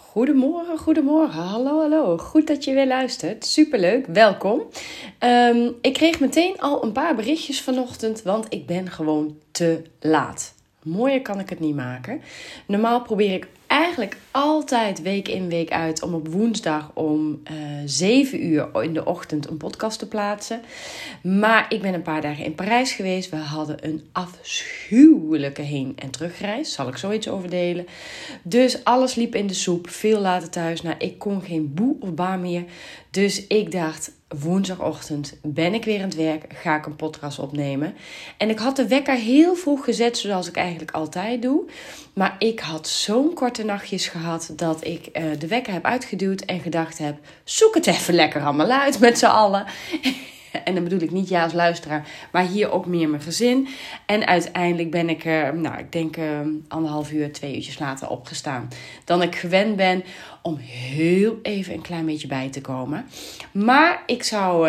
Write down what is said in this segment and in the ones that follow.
Goedemorgen, goedemorgen. Hallo, hallo. Goed dat je weer luistert. Superleuk, welkom. Ik kreeg meteen al een paar berichtjes vanochtend, want ik ben gewoon te laat. Mooier kan ik het niet maken. Normaal probeer ik eigenlijk altijd week in week uit om op woensdag om 7 uur in de ochtend een podcast te plaatsen. Maar ik ben een paar dagen in Parijs geweest. We hadden een afschuwelijke heen- en terugreis. Zal ik zoiets over delen. Dus alles liep in de soep. Veel later thuis. Nou, ik kon geen boe of ba meer. Dus ik dacht, woensdagochtend ben ik weer aan het werk. Ga ik een podcast opnemen. En ik had de wekker heel vroeg gezet, zoals ik eigenlijk altijd doe. Maar ik had zo'n korte nachtjes gehad dat ik de wekker heb uitgeduwd en gedacht heb, zoek het even lekker allemaal uit met z'n allen. En dan bedoel ik niet jij als luisteraar, maar hier ook meer mijn gezin. En uiteindelijk ben ik ik denk 1,5 uur, 2 uurtjes later opgestaan dan ik gewend ben om heel even een klein beetje bij te komen. Maar ik zal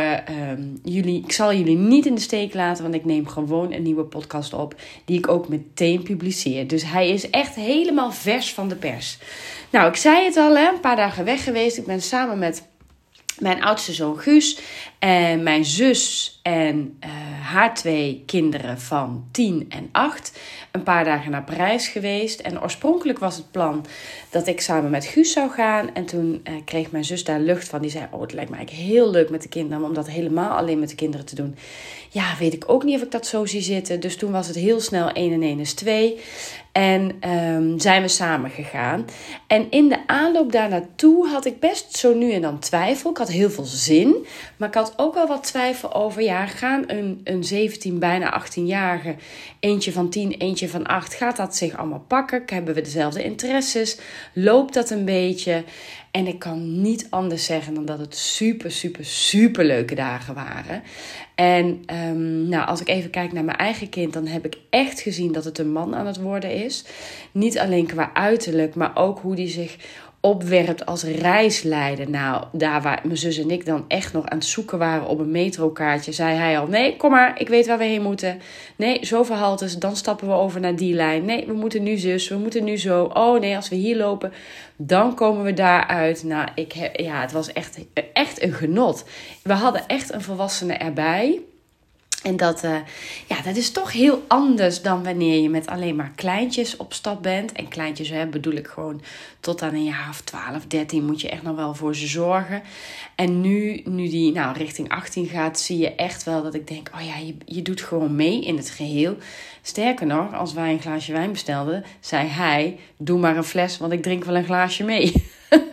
jullie niet in de steek laten, want ik neem gewoon een nieuwe podcast op die ik ook meteen publiceer. Dus hij is echt helemaal vers van de pers. Nou, ik zei het al, een paar dagen weg geweest. Ik ben samen met mijn oudste zoon Guus en mijn zus en haar 2 kinderen van 10 en 8 een paar dagen naar Parijs geweest. En oorspronkelijk was het plan dat ik samen met Guus zou gaan. En toen kreeg mijn zus daar lucht van. Die zei, het lijkt me eigenlijk heel leuk met de kinderen, om dat helemaal alleen met de kinderen te doen. Ja, weet ik ook niet of ik dat zo zie zitten. Dus toen was het heel snel 1 en 1 is 2. En zijn we samen gegaan. En in de aanloop daar naartoe had ik best zo nu en dan twijfel. Ik had heel veel zin. Maar ik had ook wel wat twijfel over, gaan een 17, bijna 18-jarige, eentje van 10, eentje van 8, gaat dat zich allemaal pakken? Hebben we dezelfde interesses? Loopt dat een beetje? En ik kan niet anders zeggen dan dat het super, super, super leuke dagen waren. En als ik even kijk naar mijn eigen kind, dan heb ik echt gezien dat het een man aan het worden is. Niet alleen qua uiterlijk, maar ook hoe die zich opwerpt als reisleider. Nou, daar waar mijn zus en ik dan echt nog aan het zoeken waren op een metrokaartje, zei hij al, nee, kom maar, ik weet waar we heen moeten. Nee, zoveel haltes, dan stappen we over naar die lijn. Nee, we moeten nu zus, we moeten nu zo. Oh nee, als we hier lopen, dan komen we daar uit. Nou, het was echt een genot. We hadden echt een volwassene erbij. En dat is toch heel anders dan wanneer je met alleen maar kleintjes op stap bent. En kleintjes bedoel ik gewoon tot aan een jaar of 12, 13 moet je echt nog wel voor ze zorgen. En nu die richting 18 gaat, zie je echt wel dat ik denk, je doet gewoon mee in het geheel. Sterker nog, als wij een glaasje wijn bestelden, zei hij, doe maar een fles, want ik drink wel een glaasje mee.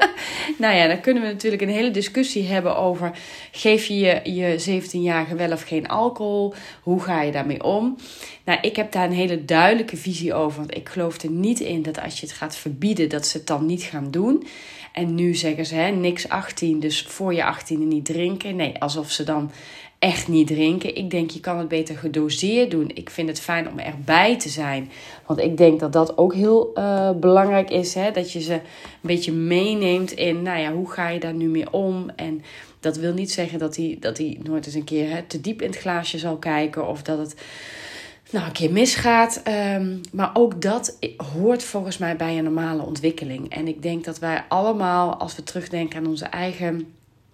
Dan kunnen we natuurlijk een hele discussie hebben over, geef je 17-jarige wel of geen alcohol? Hoe ga je daarmee om? Nou, ik heb daar een hele duidelijke visie over, want ik geloof er niet in dat als je het gaat verbieden, dat ze het dan niet gaan doen. En nu zeggen ze, niks 18, dus voor je 18e niet drinken. Nee, alsof ze dan echt niet drinken. Ik denk, je kan het beter gedoseerd doen. Ik vind het fijn om erbij te zijn. Want ik denk dat dat ook heel belangrijk is. Dat je ze een beetje meeneemt in, hoe ga je daar nu mee om? En dat wil niet zeggen dat hij nooit eens een keer te diep in het glaasje zal kijken. Of dat het een keer misgaat. Maar ook dat hoort volgens mij bij een normale ontwikkeling. En ik denk dat wij allemaal, als we terugdenken aan onze eigen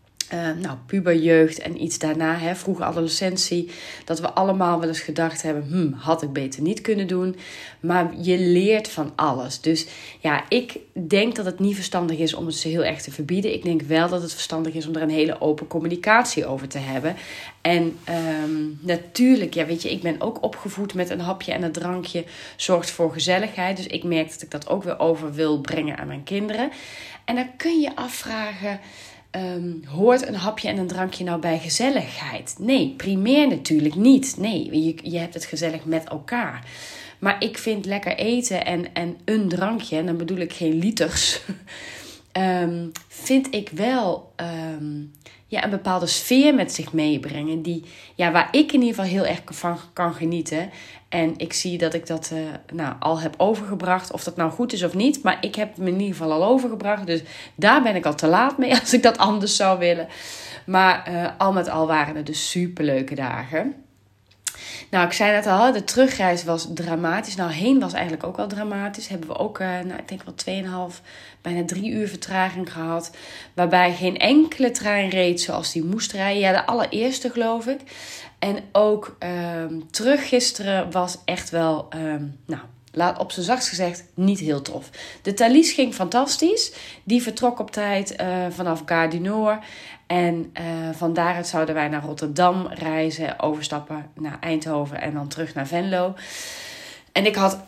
puberjeugd en iets daarna, vroege adolescentie, dat we allemaal wel eens gedacht hebben, had ik beter niet kunnen doen. Maar je leert van alles. Dus ik denk dat het niet verstandig is om het zo heel erg te verbieden. Ik denk wel dat het verstandig is om er een hele open communicatie over te hebben. En natuurlijk, ik ben ook opgevoed met een hapje en een drankje zorgt voor gezelligheid. Dus ik merk dat ik dat ook weer over wil brengen aan mijn kinderen. En dan kun je afvragen, hoort een hapje en een drankje nou bij gezelligheid? Nee, primair natuurlijk niet. Nee, je hebt het gezellig met elkaar. Maar ik vind lekker eten en een drankje, en dan bedoel ik geen liters, vind ik wel een bepaalde sfeer met zich meebrengen. Waar ik in ieder geval heel erg van kan genieten. En ik zie dat ik dat al heb overgebracht. Of dat nou goed is of niet. Maar ik heb hem in ieder geval al overgebracht. Dus daar ben ik al te laat mee als ik dat anders zou willen. Maar al met al waren het dus superleuke dagen. Nou, ik zei net al, de terugreis was dramatisch. Nou, heen was eigenlijk ook wel dramatisch. Hebben we ook, ik denk wel 2,5, bijna 3 uur vertraging gehad. Waarbij geen enkele trein reed zoals die moest rijden. Ja, de allereerste geloof ik. En ook terug gisteren was echt wel, laat op zijn zachtst gezegd, niet heel tof. De Thalys ging fantastisch. Die vertrok op tijd vanaf Gare du Nord. En van daaruit zouden wij naar Rotterdam reizen, overstappen naar Eindhoven en dan terug naar Venlo. En ik had,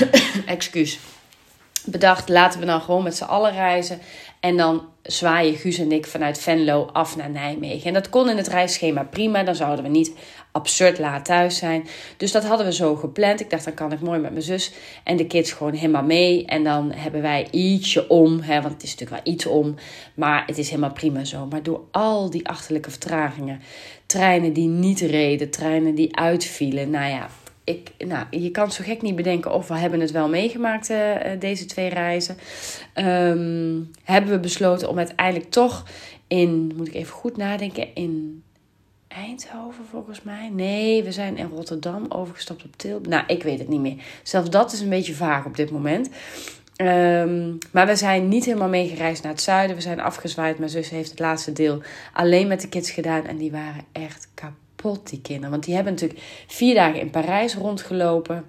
bedacht, laten we nou gewoon met z'n allen reizen. En dan zwaaien Guus en ik vanuit Venlo af naar Nijmegen. En dat kon in het reisschema prima. Dan zouden we niet absurd laat thuis zijn. Dus dat hadden we zo gepland. Ik dacht, dan kan ik mooi met mijn zus en de kids gewoon helemaal mee. En dan hebben wij ietsje om. Want het is natuurlijk wel iets om. Maar het is helemaal prima zo. Maar door al die achterlijke vertragingen. Treinen die niet reden. Treinen die uitvielen. Nou ja. Je kan het zo gek niet bedenken of we hebben het wel meegemaakt, deze 2 reizen. Hebben we besloten om uiteindelijk toch moet ik even goed nadenken, in Eindhoven volgens mij. Nee, we zijn in Rotterdam overgestapt op Tilburg. Nou, ik weet het niet meer. Zelfs dat is een beetje vaag op dit moment. Maar we zijn niet helemaal meegereisd naar het zuiden. We zijn afgezwaaid. Mijn zus heeft het laatste deel alleen met de kids gedaan. En die waren echt kapot, die kinderen. Want die hebben natuurlijk 4 dagen in Parijs rondgelopen.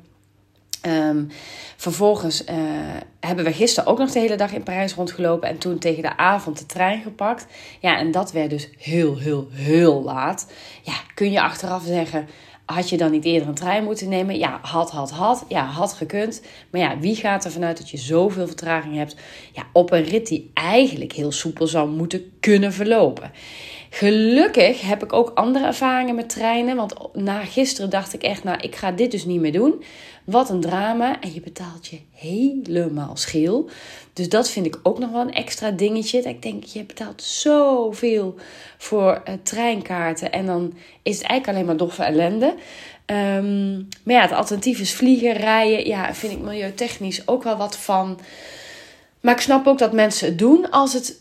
Vervolgens hebben we gisteren ook nog de hele dag in Parijs rondgelopen. En toen tegen de avond de trein gepakt. Ja, en dat werd dus heel, heel, heel laat. Ja, kun je achteraf zeggen, had je dan niet eerder een trein moeten nemen? Ja, had. Ja, had gekund. Maar ja, wie gaat er vanuit dat je zoveel vertraging hebt? Ja, op een rit die eigenlijk heel soepel zou moeten kunnen verlopen. Gelukkig heb ik ook andere ervaringen met treinen. Want na gisteren dacht ik echt, ik ga dit dus niet meer doen. Wat een drama. En je betaalt je helemaal scheel. Dus dat vind ik ook nog wel een extra dingetje. Dat ik denk, je betaalt zoveel voor treinkaarten. En dan is het eigenlijk alleen maar doffe ellende. Maar ja, het alternatief is vliegen, rijden. Ja, vind ik milieutechnisch ook wel wat van. Maar ik snap ook dat mensen het doen als het...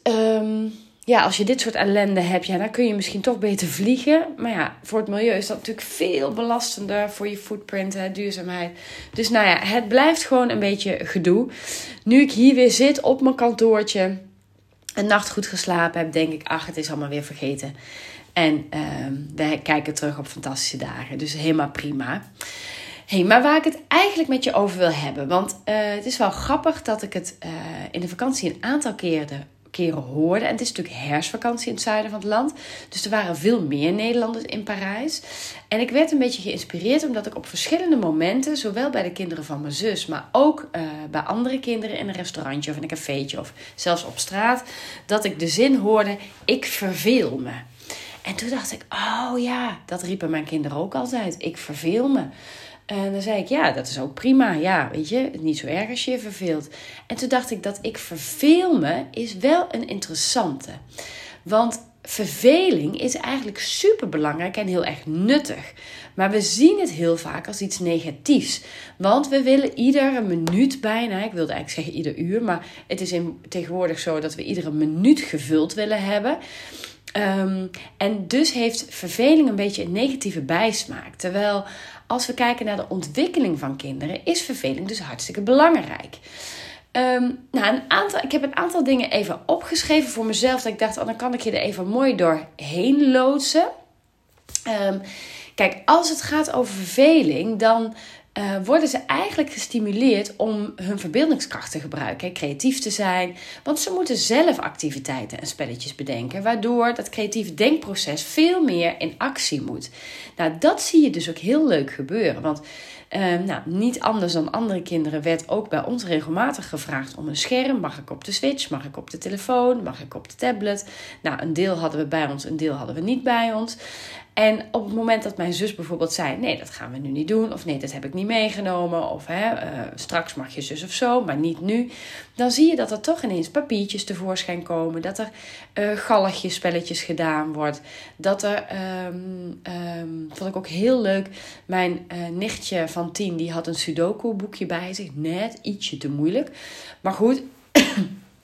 als je dit soort ellende hebt, dan kun je misschien toch beter vliegen. Maar ja, voor het milieu is dat natuurlijk veel belastender voor je footprint, duurzaamheid. Dus het blijft gewoon een beetje gedoe. Nu ik hier weer zit op mijn kantoortje, een nacht goed geslapen heb, denk ik, het is allemaal weer vergeten. En wij kijken terug op fantastische dagen. Dus helemaal prima. Maar waar ik het eigenlijk met je over wil hebben. Want het is wel grappig dat ik het in de vakantie een aantal keren hoorde. En het is natuurlijk herfstvakantie in het zuiden van het land. Dus er waren veel meer Nederlanders in Parijs. En ik werd een beetje geïnspireerd omdat ik op verschillende momenten, zowel bij de kinderen van mijn zus, maar ook bij andere kinderen in een restaurantje of in een cafeetje of zelfs op straat, dat ik de zin hoorde, ik verveel me. En toen dacht ik, dat riepen mijn kinderen ook altijd. Ik verveel me. En dan zei ik, ja, dat is ook prima. Ja, weet je, niet zo erg als je je verveelt. En toen dacht ik, dat ik verveel me is wel een interessante. Want verveling is eigenlijk superbelangrijk en heel erg nuttig. Maar we zien het heel vaak als iets negatiefs. Want we willen iedere minuut bijna, ik wilde eigenlijk zeggen ieder uur, maar het is tegenwoordig zo dat we iedere minuut gevuld willen hebben. En dus heeft verveling een beetje een negatieve bijsmaak. Terwijl als we kijken naar de ontwikkeling van kinderen, is verveling dus hartstikke belangrijk. Ik heb een aantal dingen even opgeschreven voor mezelf. Dat ik dacht, dan kan ik je er even mooi doorheen loodsen. Kijk, als het gaat over verveling, dan worden ze eigenlijk gestimuleerd om hun verbeeldingskracht te gebruiken. Creatief te zijn. Want ze moeten zelf activiteiten en spelletjes bedenken. Waardoor dat creatieve denkproces veel meer in actie moet. Nou, dat zie je dus ook heel leuk gebeuren. Want niet anders dan andere kinderen werd ook bij ons regelmatig gevraagd om een scherm. Mag ik op de Switch? Mag ik op de telefoon? Mag ik op de tablet? Nou, een deel hadden we bij ons, een deel hadden we niet bij ons. En op het moment dat mijn zus bijvoorbeeld zei, nee, dat gaan we nu niet doen. Of nee, dat heb ik niet meegenomen. Of straks mag je zus of zo, maar niet nu. Dan zie je dat er toch ineens papiertjes tevoorschijn komen. Dat er galligjes, spelletjes gedaan wordt. Dat er, vond ik ook heel leuk, mijn nichtje van 10, die had een Sudoku boekje bij zich. Net ietsje te moeilijk. Maar goed,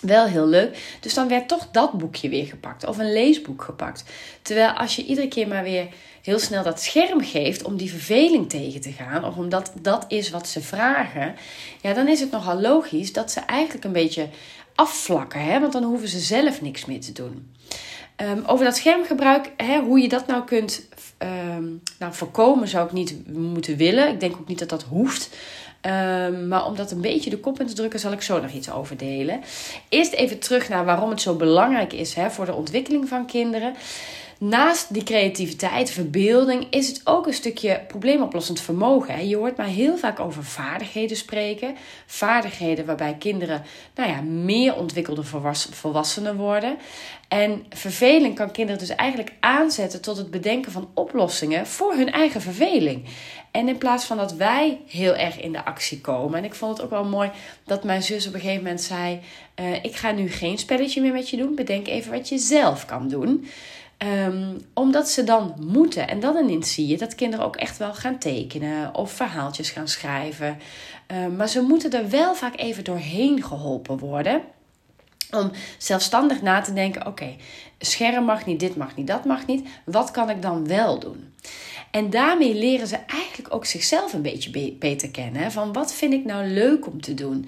Wel heel leuk. Dus dan werd toch dat boekje weer gepakt. Of een leesboek gepakt. Terwijl als je iedere keer maar weer heel snel dat scherm geeft om die verveling tegen te gaan. Of omdat dat is wat ze vragen. Ja, dan is het nogal logisch dat ze eigenlijk een beetje afvlakken. Hè? Want dan hoeven ze zelf niks meer te doen. Over dat schermgebruik, hoe je dat nou kunt voorkomen, zou ik niet moeten willen. Ik denk ook niet dat dat hoeft. Maar om dat een beetje de kop in te drukken, zal ik zo nog iets over delen. Eerst even terug naar waarom het zo belangrijk is voor de ontwikkeling van kinderen. Naast die creativiteit, verbeelding, is het ook een stukje probleemoplossend vermogen. Hè. Je hoort maar heel vaak over vaardigheden spreken. Vaardigheden waarbij kinderen meer ontwikkelde volwassenen worden. En verveling kan kinderen dus eigenlijk aanzetten tot het bedenken van oplossingen voor hun eigen verveling. En in plaats van dat wij heel erg in de actie komen. En ik vond het ook wel mooi dat mijn zus op een gegeven moment zei: ik ga nu geen spelletje meer met je doen. Bedenk even wat je zelf kan doen. Omdat ze dan moeten. En dan ineens zie je dat kinderen ook echt wel gaan tekenen. Of verhaaltjes gaan schrijven. Maar ze moeten er wel vaak even doorheen geholpen worden. Om zelfstandig na te denken: oké, scherm mag niet, dit mag niet, dat mag niet. Wat kan ik dan wel doen? En daarmee leren ze eigenlijk ook zichzelf een beetje beter kennen. Hè? Van wat vind ik nou leuk om te doen?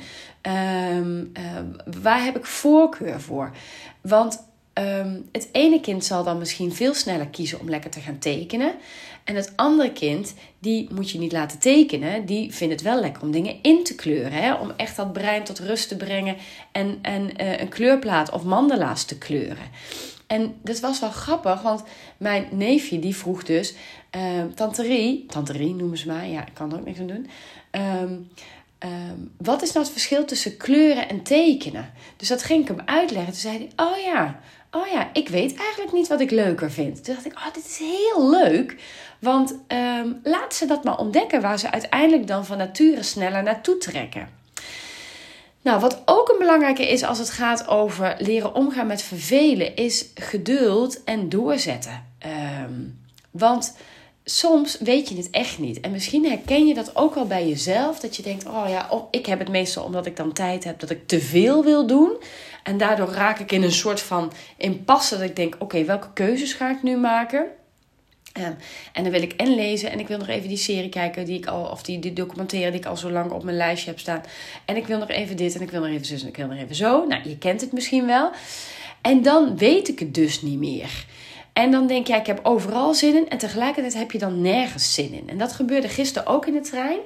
Waar heb ik voorkeur voor? Want het ene kind zal dan misschien veel sneller kiezen om lekker te gaan tekenen. En het andere kind, die moet je niet laten tekenen. Die vindt het wel lekker om dingen in te kleuren. Hè? Om echt dat brein tot rust te brengen. En een kleurplaat of mandala's te kleuren. En dat was wel grappig, want mijn neefje die vroeg dus: Tante Rie noemen ze mij, ja, ik kan er ook niks aan doen. Wat is nou het verschil tussen kleuren en tekenen? Dus dat ging ik hem uitleggen. Toen zei hij: oh ja, ik weet eigenlijk niet wat ik leuker vind. Toen dacht ik: dit is heel leuk. Want laat ze dat maar ontdekken, waar ze uiteindelijk dan van nature sneller naartoe trekken. Nou, wat ook een belangrijke is als het gaat over leren omgaan met vervelen, is geduld en doorzetten. Want soms weet je het echt niet. En misschien herken je dat ook wel bij jezelf. Dat je denkt: ik heb het meestal omdat ik dan tijd heb dat ik te veel wil doen. En daardoor raak ik in een soort van impasse dat ik denk: oké, welke keuzes ga ik nu maken? En dan wil ik lezen en ik wil nog even die serie kijken die documentaire die ik al zo lang op mijn lijstje heb staan. En ik wil nog even dit en ik wil nog even zus en ik wil nog even zo. Nou, je kent het misschien wel. En dan weet ik het dus niet meer. En dan denk je: ik heb overal zin in. En tegelijkertijd heb je dan nergens zin in. En dat gebeurde gisteren ook in de trein.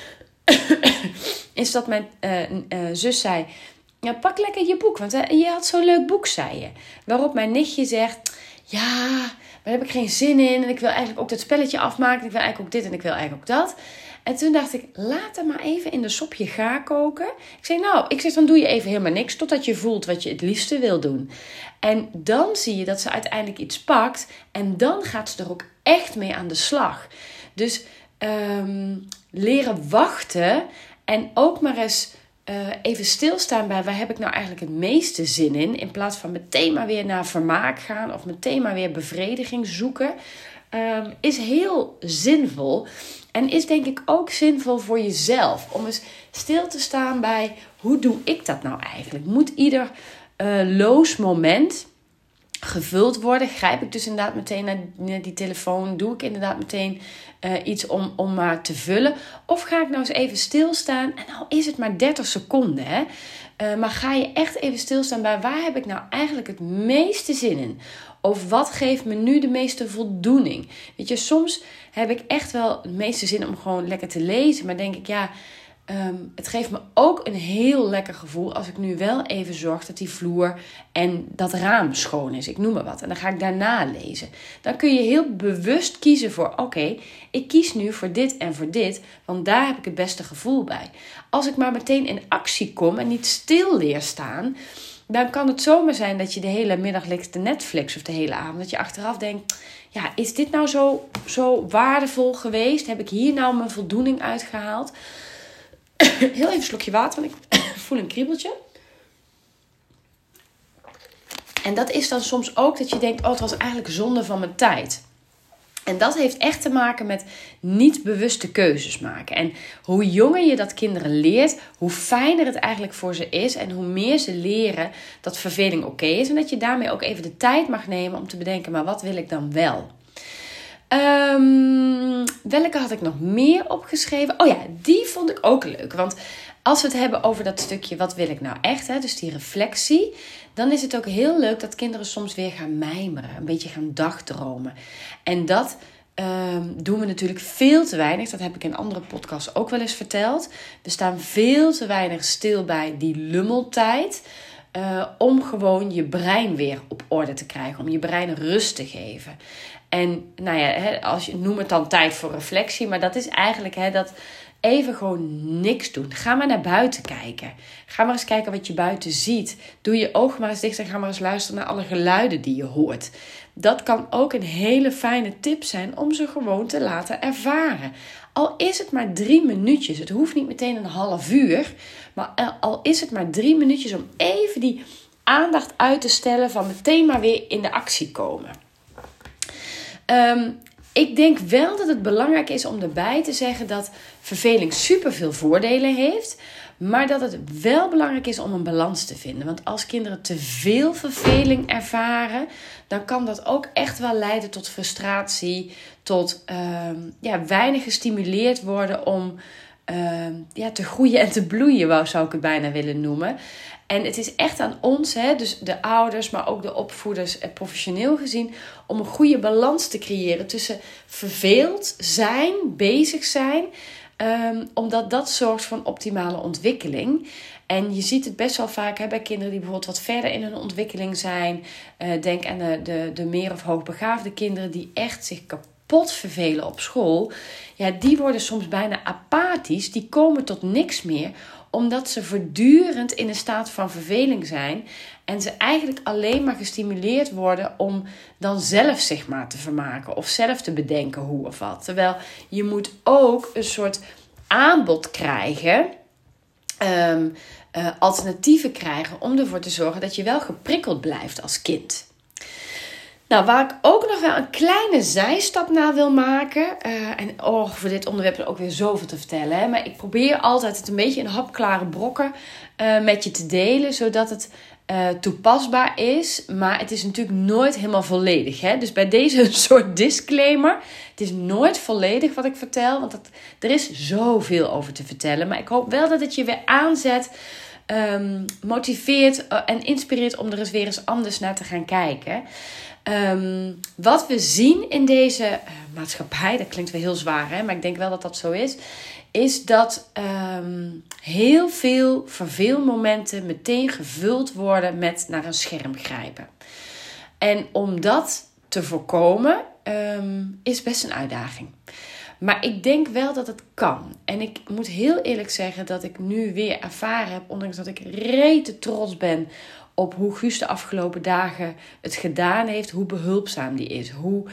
Is dat mijn zus zei: ja, pak lekker je boek, want je had zo'n leuk boek, zei je. Waarop mijn nichtje zegt: ja, maar daar heb ik geen zin in. En ik wil eigenlijk ook dat spelletje afmaken. Ik wil eigenlijk ook dit en ik wil eigenlijk ook dat. En toen dacht ik: laat er maar even in de sop je gaar koken. Ik zeg, dan doe je even helemaal niks totdat je voelt wat je het liefste wil doen. En dan zie je dat ze uiteindelijk iets pakt. En dan gaat ze er ook echt mee aan de slag. Dus leren wachten en ook maar eens even stilstaan bij: waar heb ik nou eigenlijk het meeste zin in? In plaats van meteen maar weer naar vermaak gaan of meteen maar weer bevrediging zoeken. Is heel zinvol. En is denk ik ook zinvol voor jezelf. Om eens stil te staan bij: hoe doe ik dat nou eigenlijk? Moet ieder loos moment gevuld worden? Grijp ik dus inderdaad meteen naar die telefoon? Doe ik inderdaad meteen iets om maar te vullen? Of ga ik nou eens even stilstaan? En nou is het maar 30 seconden. Hè? Maar ga je echt even stilstaan bij: waar heb ik nou eigenlijk het meeste zin in? Of wat geeft me nu de meeste voldoening? Weet je, soms heb ik echt wel het meeste zin om gewoon lekker te lezen. Maar denk ik: het geeft me ook een heel lekker gevoel als ik nu wel even zorg dat die vloer en dat raam schoon is. Ik noem maar wat. En dan ga ik daarna lezen. Dan kun je heel bewust kiezen voor: oké, ik kies nu voor dit en voor dit. Want daar heb ik het beste gevoel bij. Als ik maar meteen in actie kom en niet stil leer staan, dan kan het zomaar zijn dat je de hele middag ligt te Netflix of de hele avond. Dat je achteraf denkt: ja, is dit nou zo waardevol geweest? Heb ik hier nou mijn voldoening uitgehaald? Heel even een slokje water, want ik voel een kriebeltje. En dat is dan soms ook dat je denkt: het was eigenlijk zonde van mijn tijd. En dat heeft echt te maken met niet bewuste keuzes maken. En hoe jonger je dat kinderen leert, hoe fijner het eigenlijk voor ze is. En hoe meer ze leren dat verveling oké is. En dat je daarmee ook even de tijd mag nemen om te bedenken, maar wat wil ik dan wel? Welke had ik nog meer opgeschreven? Oh ja, die vond ik ook leuk. Want als we het hebben over dat stukje, wat wil ik nou echt? Hè? Dus die reflectie. Dan is het ook heel leuk dat kinderen soms weer gaan mijmeren. Een beetje gaan dagdromen. En dat doen we natuurlijk veel te weinig. Dat heb ik in andere podcasts ook wel eens verteld. We staan veel te weinig stil bij die lummeltijd. Om gewoon je brein weer op orde te krijgen. Om je brein rust te geven. En nou ja, noem het dan tijd voor reflectie. Maar dat is eigenlijk dat even gewoon niks doen. Ga maar naar buiten kijken. Ga maar eens kijken wat je buiten ziet. Doe je ogen maar eens dicht en ga maar eens luisteren naar alle geluiden die je hoort. Dat kan ook een hele fijne tip zijn om ze gewoon te laten ervaren. Al is het maar 3 minuutjes. Het hoeft niet meteen een half uur. Maar al is het maar 3 minuutjes om even die aandacht uit te stellen van meteen maar weer in de actie komen. Ik denk wel dat het belangrijk is om erbij te zeggen dat verveling superveel voordelen heeft. Maar dat het wel belangrijk is om een balans te vinden. Want als kinderen te veel verveling ervaren, dan kan dat ook echt wel leiden tot frustratie. Tot weinig gestimuleerd worden om te groeien en te bloeien, zou ik het bijna willen noemen. En het is echt aan ons, dus de ouders, maar ook de opvoeders, professioneel gezien, om een goede balans te creëren tussen verveeld zijn, bezig zijn, omdat dat zorgt voor een optimale ontwikkeling. En je ziet het best wel vaak bij kinderen die bijvoorbeeld wat verder in hun ontwikkeling zijn. Denk aan de meer of hoogbegaafde kinderen die echt zich kapot vervelen op school. Ja, die worden soms bijna apathisch, die komen tot niks meer, omdat ze voortdurend in een staat van verveling zijn. En ze eigenlijk alleen maar gestimuleerd worden om dan zelf zich maar te vermaken. Of zelf te bedenken hoe of wat. Terwijl je moet ook een soort aanbod krijgen. Alternatieven krijgen om ervoor te zorgen dat je wel geprikkeld blijft als kind. Nou, waar ik ook nog wel een kleine zijstap naar wil maken. Voor dit onderwerp is ook weer zoveel te vertellen. Hè? Maar ik probeer altijd het een beetje in hapklare brokken met je te delen. Zodat het toepasbaar is. Maar het is natuurlijk nooit helemaal volledig. Hè? Dus bij deze een soort disclaimer. Het is nooit volledig wat ik vertel. Want er is zoveel over te vertellen. Maar ik hoop wel dat het je weer aanzet. Motiveert en inspireert om er eens weer eens anders naar te gaan kijken. Wat we zien in deze maatschappij, dat klinkt wel heel zwaar, hè, maar ik denk wel dat dat zo is dat heel veel verveelmomenten meteen gevuld worden met naar een scherm grijpen. En om dat te voorkomen is best een uitdaging. Maar ik denk wel dat het kan. En ik moet heel eerlijk zeggen dat ik nu weer ervaren heb, ondanks dat ik rete trots ben op hoe Guus de afgelopen dagen het gedaan heeft, hoe behulpzaam die is. Hoe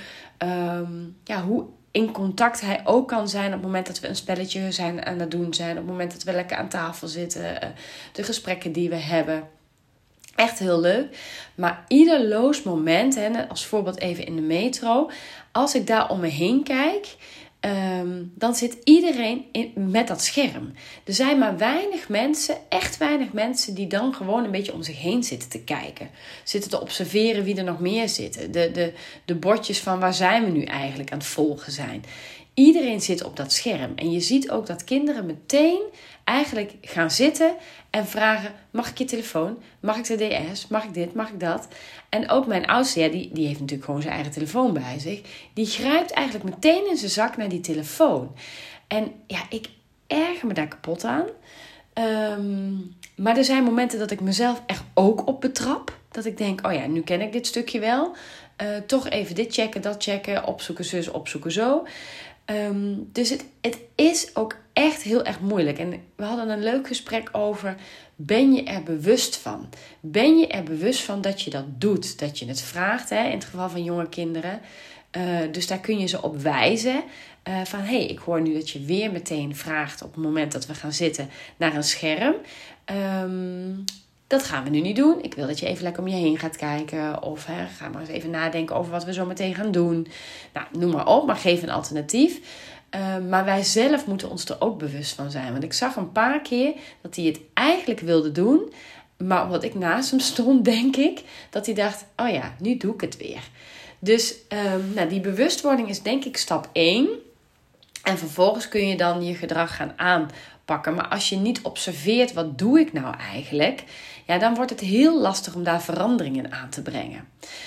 in contact hij ook kan zijn op het moment dat we een spelletje zijn aan het doen zijn. Op het moment dat we lekker aan tafel zitten. De gesprekken die we hebben. Echt heel leuk. Maar ieder loos moment, als voorbeeld even in de metro. Als ik daar om me heen kijk, dan zit iedereen met dat scherm. Er zijn maar echt weinig mensen die dan gewoon een beetje om zich heen zitten te kijken. Zitten te observeren wie er nog meer zitten. De bordjes van waar zijn we nu eigenlijk aan het volgen zijn. Iedereen zit op dat scherm. En je ziet ook dat kinderen meteen eigenlijk gaan zitten en vragen: mag ik je telefoon? Mag ik de DS? Mag ik dit? Mag ik dat? En ook mijn oudste, die heeft natuurlijk gewoon zijn eigen telefoon bij zich. Die grijpt eigenlijk meteen in zijn zak naar die telefoon. En ja, ik erger me daar kapot aan. Maar er zijn momenten dat ik mezelf echt ook op betrap. Dat ik denk, oh ja, nu ken ik dit stukje wel. Toch even dit checken, dat checken. Opzoeken zus, opzoeken zo. Dus het is ook echt heel erg moeilijk. En we hadden een leuk gesprek over: ben je er bewust van? Ben je er bewust van dat je dat doet? Dat je het vraagt, in het geval van jonge kinderen. Dus daar kun je ze op wijzen. Van ik hoor nu dat je weer meteen vraagt op het moment dat we gaan zitten naar een scherm. dat gaan we nu niet doen. Ik wil dat je even lekker om je heen gaat kijken. Of ga maar eens even nadenken over wat we zo meteen gaan doen. Nou, noem maar op, maar geef een alternatief. Maar wij zelf moeten ons er ook bewust van zijn. Want ik zag een paar keer dat hij het eigenlijk wilde doen. Maar omdat ik naast hem stond, denk ik, dat hij dacht, oh ja, nu doe ik het weer. Dus die bewustwording is denk ik stap 1. En vervolgens kun je dan je gedrag gaan aanpakken. Maar als je niet observeert, wat doe ik nou eigenlijk? Ja, dan wordt het heel lastig om daar veranderingen aan te brengen.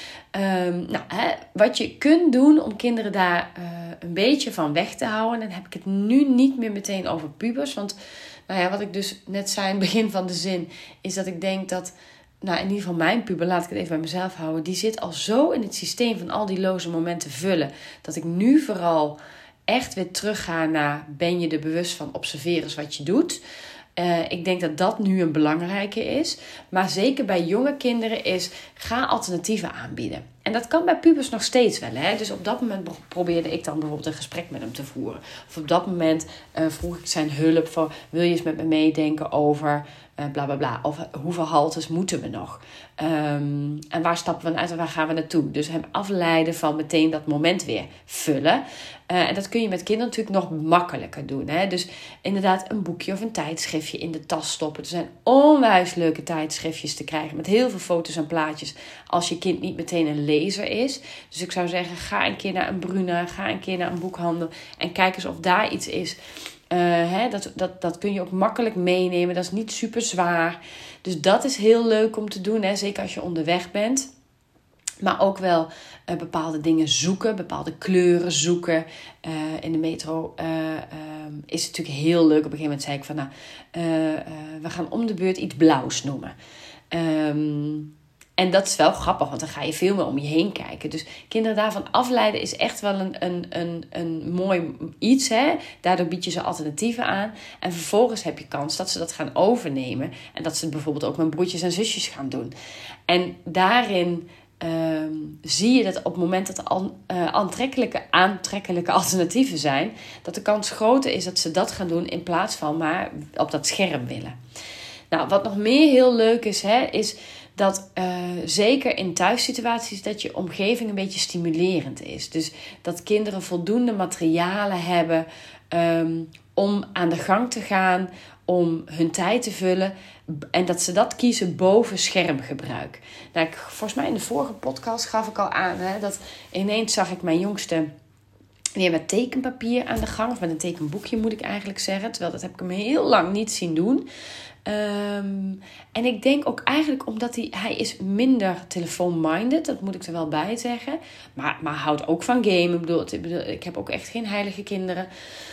Wat je kunt doen om kinderen daar een beetje van weg te houden. Dan heb ik het nu niet meer meteen over pubers. Want wat ik dus net zei in het begin van de zin, is dat ik denk dat, in ieder geval mijn puber, laat ik het even bij mezelf houden, die zit al zo in het systeem van al die loze momenten vullen, dat ik nu vooral echt weer terugga naar, ben je er bewust van, observeren eens wat je doet. Ik denk dat dat nu een belangrijke is. Maar zeker bij jonge kinderen is, ga alternatieven aanbieden. En dat kan bij pubers nog steeds wel. Hè? Dus op dat moment probeerde ik dan bijvoorbeeld een gesprek met hem te voeren. Of op dat moment vroeg ik zijn hulp voor, wil je eens met me meedenken over bla bla bla. Of hoeveel haltes moeten we nog? En waar stappen we uit en waar gaan we naartoe? Dus hem afleiden van meteen dat moment weer vullen. En dat kun je met kinderen natuurlijk nog makkelijker doen. Hè? Dus inderdaad een boekje of een tijdschriftje in de tas stoppen. Er zijn onwijs leuke tijdschriftjes te krijgen met heel veel foto's en plaatjes. Als je kind niet meteen een lezer is. Dus ik zou zeggen, ga een keer naar een Bruna, ga een keer naar een boekhandel en kijk eens of daar iets is. Dat kun je ook makkelijk meenemen. Dat is niet super zwaar. Dus dat is heel leuk om te doen. Hè? Zeker als je onderweg bent. Maar ook wel bepaalde dingen zoeken. Bepaalde kleuren zoeken. In de metro is het natuurlijk heel leuk. Op een gegeven moment zei ik van, we gaan om de beurt iets blauws noemen. En dat is wel grappig, want dan ga je veel meer om je heen kijken. Dus kinderen daarvan afleiden is echt wel een mooi iets. Hè? Daardoor bied je ze alternatieven aan. En vervolgens heb je kans dat ze dat gaan overnemen. En dat ze het bijvoorbeeld ook met broertjes en zusjes gaan doen. En daarin zie je dat op het moment dat er aantrekkelijke alternatieven zijn, dat de kans groter is dat ze dat gaan doen in plaats van maar op dat scherm willen. Nou, wat nog meer heel leuk is, is dat zeker in thuissituaties dat je omgeving een beetje stimulerend is. Dus dat kinderen voldoende materialen hebben om aan de gang te gaan, om hun tijd te vullen. En dat ze dat kiezen boven schermgebruik. Nou, volgens mij in de vorige podcast gaf ik al aan, dat ineens zag ik mijn jongste weer met tekenpapier aan de gang. Of met een tekenboekje moet ik eigenlijk zeggen. Terwijl dat heb ik hem heel lang niet zien doen. En ik denk ook eigenlijk omdat hij is minder telefoon-minded. Dat moet ik er wel bij zeggen. Maar houdt ook van gamen. Ik heb ook echt geen heilige kinderen.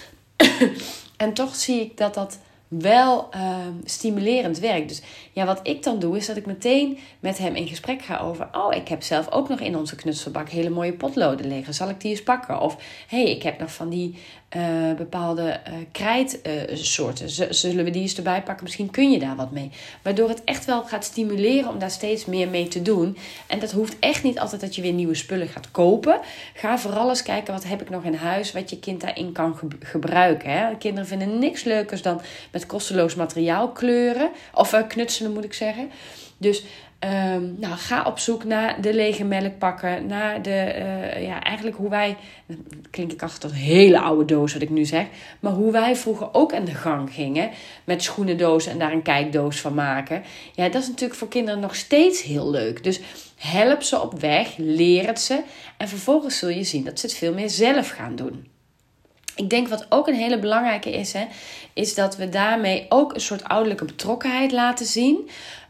En toch zie ik dat wel stimulerend werkt. Dus ja, wat ik dan doe is dat ik meteen met hem in gesprek ga over, ik heb zelf ook nog in onze knutselbak hele mooie potloden liggen. Zal ik die eens pakken? Of ik heb nog van die bepaalde krijtsoorten. Zullen we die eens erbij pakken? Misschien kun je daar wat mee. Waardoor het echt wel gaat stimuleren om daar steeds meer mee te doen. En dat hoeft echt niet altijd dat je weer nieuwe spullen gaat kopen. Ga vooral eens kijken, wat heb ik nog in huis, wat je kind daarin kan gebruiken. Hè? Kinderen vinden niks leukers dan met kosteloos materiaal kleuren. Of knutselen moet ik zeggen. Dus ga op zoek naar de lege melkpakken. Naar de, eigenlijk hoe wij, klink ik achter een hele oude doos wat ik nu zeg. Maar hoe wij vroeger ook aan de gang gingen. Met schoenendozen en daar een kijkdoos van maken. Ja, dat is natuurlijk voor kinderen nog steeds heel leuk. Dus help ze op weg, leer het ze. En vervolgens zul je zien dat ze het veel meer zelf gaan doen. Ik denk wat ook een hele belangrijke is, is dat we daarmee ook een soort ouderlijke betrokkenheid laten zien.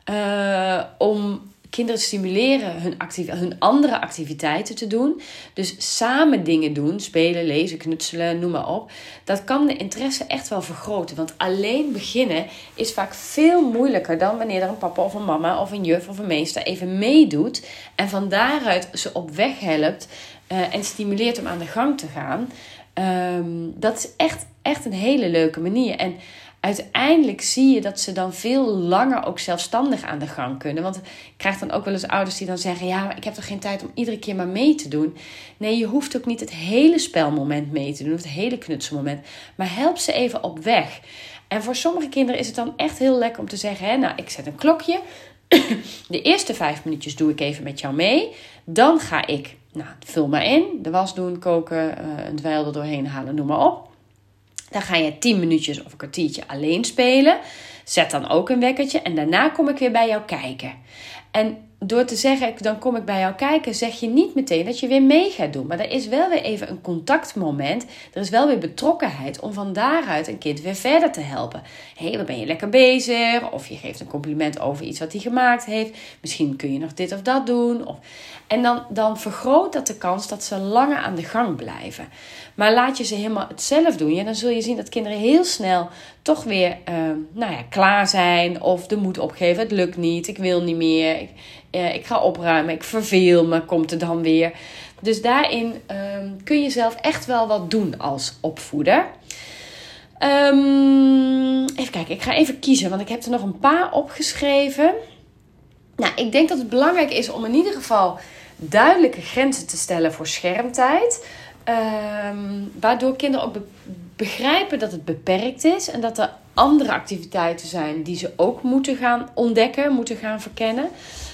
Om kinderen te stimuleren hun andere activiteiten te doen. Dus samen dingen doen, spelen, lezen, knutselen, noem maar op. Dat kan de interesse echt wel vergroten. Want alleen beginnen is vaak veel moeilijker dan wanneer er een papa of een mama of een juf of een meester even meedoet. En van daaruit ze op weg helpt en stimuleert om aan de gang te gaan. Dat is echt een hele leuke manier. En uiteindelijk zie je dat ze dan veel langer ook zelfstandig aan de gang kunnen. Want ik krijg dan ook wel eens ouders die dan zeggen, ja, maar ik heb toch geen tijd om iedere keer maar mee te doen. Nee, je hoeft ook niet het hele spelmoment mee te doen. Of het hele knutselmoment. Maar help ze even op weg. En voor sommige kinderen is het dan echt heel lekker om te zeggen, ik zet een klokje. De eerste 5 minuutjes doe ik even met jou mee. Dan ga ik, vul maar in, de was doen, koken, een dweil er doorheen halen, noem maar op. Dan ga je 10 minuutjes of een kwartiertje alleen spelen. Zet dan ook een wekkertje en daarna kom ik weer bij jou kijken. En door te zeggen, dan kom ik bij jou kijken, zeg je niet meteen dat je weer mee gaat doen. Maar er is wel weer even een contactmoment. Er is wel weer betrokkenheid om van daaruit een kind weer verder te helpen. Hé, wat ben je lekker bezig? Of je geeft een compliment over iets wat hij gemaakt heeft. Misschien kun je nog dit of dat doen. En dan vergroot dat de kans dat ze langer aan de gang blijven. Maar laat je ze helemaal het zelf doen. Ja, dan zul je zien dat kinderen heel snel toch weer klaar zijn. Of de moed opgeven. Het lukt niet. Ik wil niet meer. Ik ga opruimen. Ik verveel me. Komt er dan weer. Dus daarin kun je zelf echt wel wat doen als opvoeder. Even kijken. Ik ga even kiezen. Want ik heb er nog een paar opgeschreven. Nou, ik denk dat het belangrijk is om in ieder geval duidelijke grenzen te stellen voor schermtijd. Waardoor kinderen ook begrijpen dat het beperkt is. En dat er andere activiteiten zijn die ze ook moeten gaan ontdekken, moeten gaan verkennen.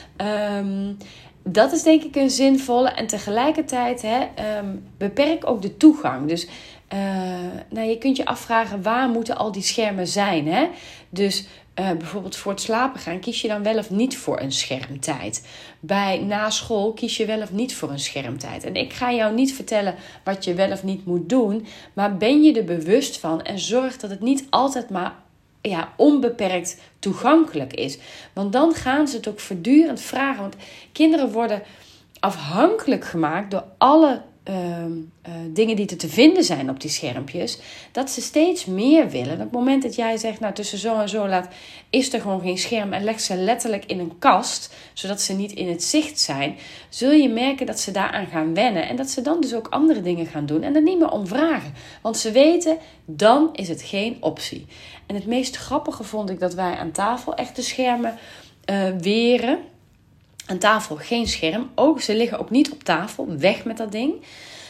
Dat is denk ik een zinvolle. En tegelijkertijd beperk ook de toegang. Dus je kunt je afvragen, waar moeten al die schermen zijn? Hè? Dus bijvoorbeeld voor het slapen gaan, kies je dan wel of niet voor een schermtijd? Na school kies je wel of niet voor een schermtijd? En ik ga jou niet vertellen wat je wel of niet moet doen, maar ben je er bewust van en zorg dat het niet altijd maar onbeperkt toegankelijk is. Want dan gaan ze het ook voortdurend vragen. Want kinderen worden afhankelijk gemaakt door alle dingen die er te vinden zijn op die schermpjes, dat ze steeds meer willen. En op het moment dat jij zegt, tussen zo en zo laat is er gewoon geen scherm en leg ze letterlijk in een kast, zodat ze niet in het zicht zijn, zul je merken dat ze daaraan gaan wennen en dat ze dan dus ook andere dingen gaan doen en er niet meer om vragen. Want ze weten, dan is het geen optie. En het meest grappige vond ik dat wij aan tafel echt de schermen weren. Aan tafel geen scherm. Ze liggen ook niet op tafel. Weg met dat ding.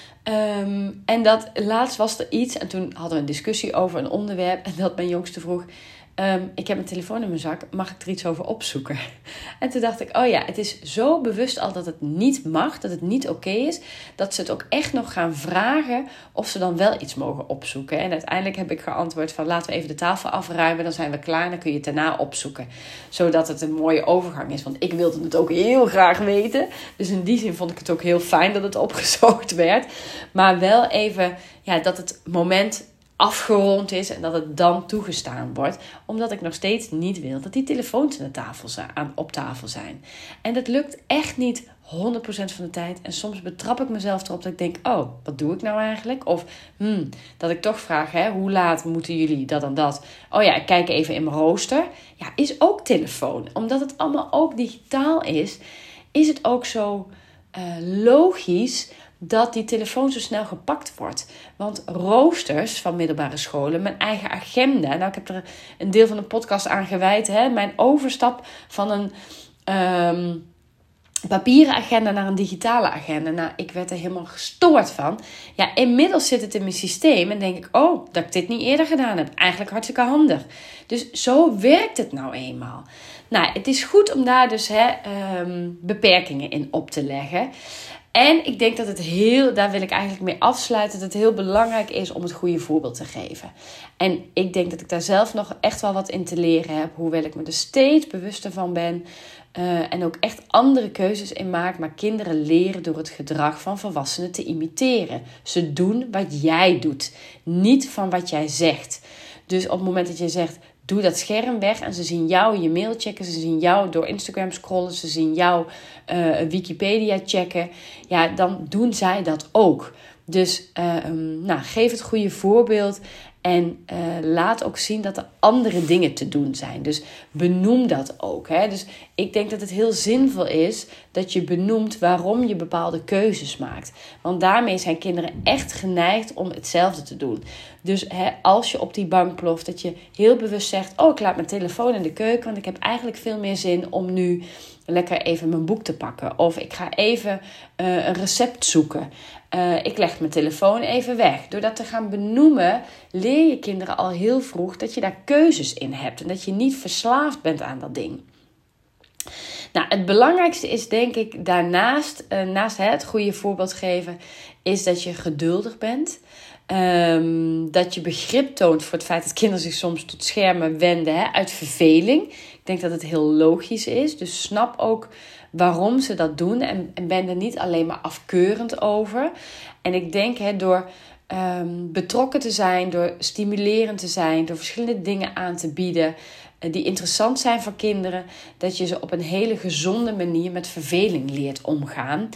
En dat laatst was er iets. En toen hadden we een discussie over een onderwerp. En dat mijn jongste vroeg. Ik heb mijn telefoon in mijn zak. Mag ik er iets over opzoeken? En toen dacht ik, het is zo bewust al dat het niet mag. Dat het niet oké is. Dat ze het ook echt nog gaan vragen of ze dan wel iets mogen opzoeken. En uiteindelijk heb ik geantwoord van laten we even de tafel afruimen. Dan zijn we klaar en dan kun je het daarna opzoeken. Zodat het een mooie overgang is. Want ik wilde het ook heel graag weten. Dus in die zin vond ik het ook heel fijn dat het opgezocht werd. Maar wel even dat het moment afgerond is en dat het dan toegestaan wordt. Omdat ik nog steeds niet wil dat die telefoons op tafel zijn. En dat lukt echt niet 100% van de tijd. En soms betrap ik mezelf erop dat ik denk, wat doe ik nou eigenlijk? Of dat ik toch vraag, hoe laat moeten jullie dat en dat? Ik kijk even in mijn rooster. Ja, is ook telefoon. Omdat het allemaal ook digitaal is het ook zo logisch dat die telefoon zo snel gepakt wordt. Want roosters van middelbare scholen, mijn eigen agenda. Ik heb er een deel van de podcast aan gewijd. Mijn overstap van een papieren agenda naar een digitale agenda. Ik werd er helemaal gestoord van. Ja, inmiddels zit het in mijn systeem en denk ik, dat ik dit niet eerder gedaan heb. Eigenlijk hartstikke handig. Dus zo werkt het nou eenmaal. Het is goed om daar dus beperkingen in op te leggen. En ik denk dat daar wil ik eigenlijk mee afsluiten, dat het heel belangrijk is om het goede voorbeeld te geven. En ik denk dat ik daar zelf nog echt wel wat in te leren heb, hoewel ik me er steeds bewuster van ben. En ook echt andere keuzes in maak. Maar kinderen leren door het gedrag van volwassenen te imiteren. Ze doen wat jij doet, niet van wat jij zegt. Dus op het moment dat je zegt, doe dat scherm weg en ze zien jou je mail checken. Ze zien jou door Instagram scrollen. Ze zien jou Wikipedia checken. Ja, dan doen zij dat ook. Dus geef het goede voorbeeld. En laat ook zien dat er andere dingen te doen zijn. Dus benoem dat ook. Dus ik denk dat het heel zinvol is dat je benoemt waarom je bepaalde keuzes maakt. Want daarmee zijn kinderen echt geneigd om hetzelfde te doen. Dus als je op die bank ploft, dat je heel bewust zegt, ik laat mijn telefoon in de keuken, want ik heb eigenlijk veel meer zin om nu lekker even mijn boek te pakken. Of ik ga even een recept zoeken. Ik leg mijn telefoon even weg. Door dat te gaan benoemen, leer je kinderen al heel vroeg dat je daar keuzes in hebt. En dat je niet verslaafd bent aan dat ding. Nou, het belangrijkste is denk ik daarnaast, naast het goede voorbeeld geven, is dat je geduldig bent. Dat je begrip toont voor het feit dat kinderen zich soms tot schermen wenden uit verveling. Ik denk dat het heel logisch is. Dus snap ook waarom ze dat doen en ben er niet alleen maar afkeurend over. En ik denk door betrokken te zijn, door stimulerend te zijn, door verschillende dingen aan te bieden die interessant zijn voor kinderen, dat je ze op een hele gezonde manier met verveling leert omgaan.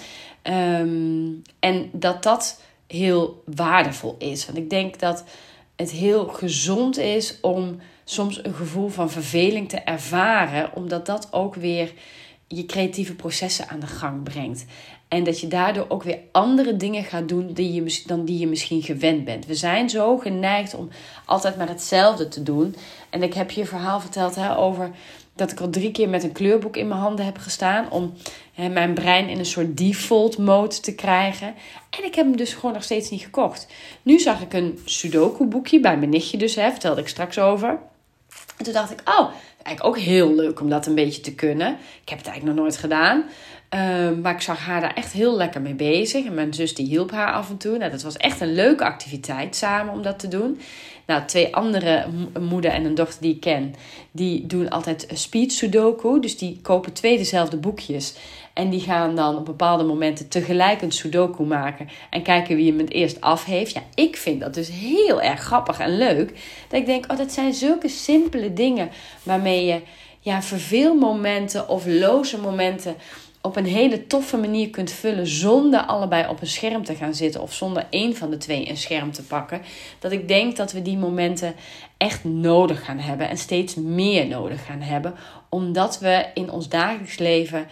En dat heel waardevol is. Want ik denk dat het heel gezond is om soms een gevoel van verveling te ervaren, omdat dat ook weer je creatieve processen aan de gang brengt. En dat je daardoor ook weer andere dingen gaat doen dan die je misschien gewend bent. We zijn zo geneigd om altijd maar hetzelfde te doen. En ik heb je een verhaal verteld over dat ik al 3 keer met een kleurboek in mijn handen heb gestaan om mijn brein in een soort default mode te krijgen. En ik heb hem dus gewoon nog steeds niet gekocht. Nu zag ik een Sudoku boekje bij mijn nichtje dus, vertelde ik straks over. En toen dacht ik, eigenlijk ook heel leuk om dat een beetje te kunnen. Ik heb het eigenlijk nog nooit gedaan. Maar ik zag haar daar echt heel lekker mee bezig. En mijn zus die hielp haar af en toe. Nou, dat was echt een leuke activiteit samen om dat te doen. Nou, 2 andere, een moeder en een dochter die ik ken, die doen altijd speed sudoku. Dus die kopen 2 dezelfde boekjes. En die gaan dan op bepaalde momenten tegelijk een sudoku maken. En kijken wie hem het eerst af heeft. Ja, ik vind dat dus heel erg grappig en leuk. Dat ik denk, dat zijn zulke simpele dingen waarmee je verveelmomenten of loze momenten op een hele toffe manier kunt vullen zonder allebei op een scherm te gaan zitten of zonder 1 van de 2 een scherm te pakken. Dat ik denk dat we die momenten echt nodig gaan hebben en steeds meer nodig gaan hebben. Omdat we in ons dagelijks leven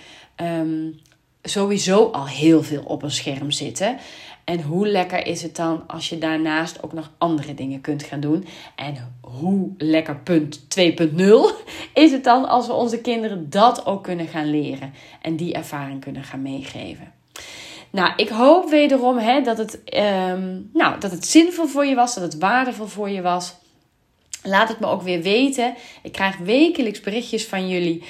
sowieso al heel veel op een scherm zitten. En hoe lekker is het dan als je daarnaast ook nog andere dingen kunt gaan doen. En hoe lekker punt 2.0 is het dan als we onze kinderen dat ook kunnen gaan leren. En die ervaring kunnen gaan meegeven. Nou, ik hoop wederom dat het zinvol voor je was. Dat het waardevol voor je was. Laat het me ook weer weten. Ik krijg wekelijks berichtjes van jullie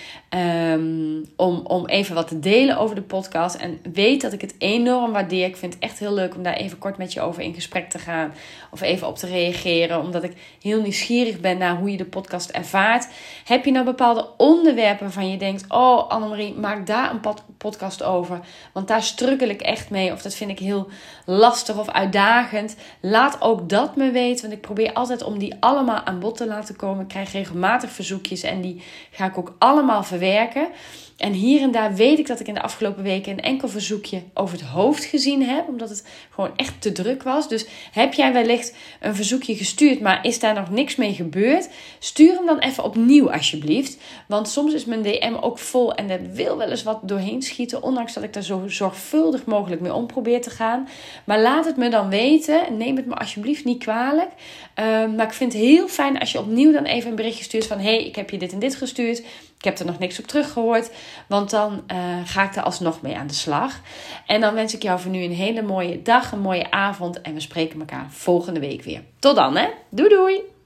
om even wat te delen over de podcast. En weet dat ik het enorm waardeer. Ik vind het echt heel leuk om daar even kort met je over in gesprek te gaan. Of even op te reageren. Omdat ik heel nieuwsgierig ben naar hoe je de podcast ervaart. Heb je nou bepaalde onderwerpen waarvan je denkt, Annemarie, maak daar een podcast over. Want daar struggle ik echt mee. Of dat vind ik heel lastig of uitdagend. Laat ook dat me weten. Want ik probeer altijd om die allemaal aan bod te laten komen. Ik krijg regelmatig verzoekjes en die ga ik ook allemaal verwerken. En hier en daar weet ik dat ik in de afgelopen weken een enkel verzoekje over het hoofd gezien heb. Omdat het gewoon echt te druk was. Dus heb jij wellicht een verzoekje gestuurd, maar is daar nog niks mee gebeurd? Stuur hem dan even opnieuw alsjeblieft. Want soms is mijn DM ook vol en er wil wel eens wat doorheen schieten. Ondanks dat ik daar zo zorgvuldig mogelijk mee om probeer te gaan. Maar laat het me dan weten. Neem het me alsjeblieft niet kwalijk. Maar ik vind het heel fijn als je opnieuw dan even een berichtje stuurt van, hey, ik heb je dit en dit gestuurd. Ik heb er nog niks op teruggehoord. Want dan ga ik er alsnog mee aan de slag. En dan wens ik jou voor nu een hele mooie dag, een mooie avond. En we spreken elkaar volgende week weer. Tot dan, hè. Doei doei.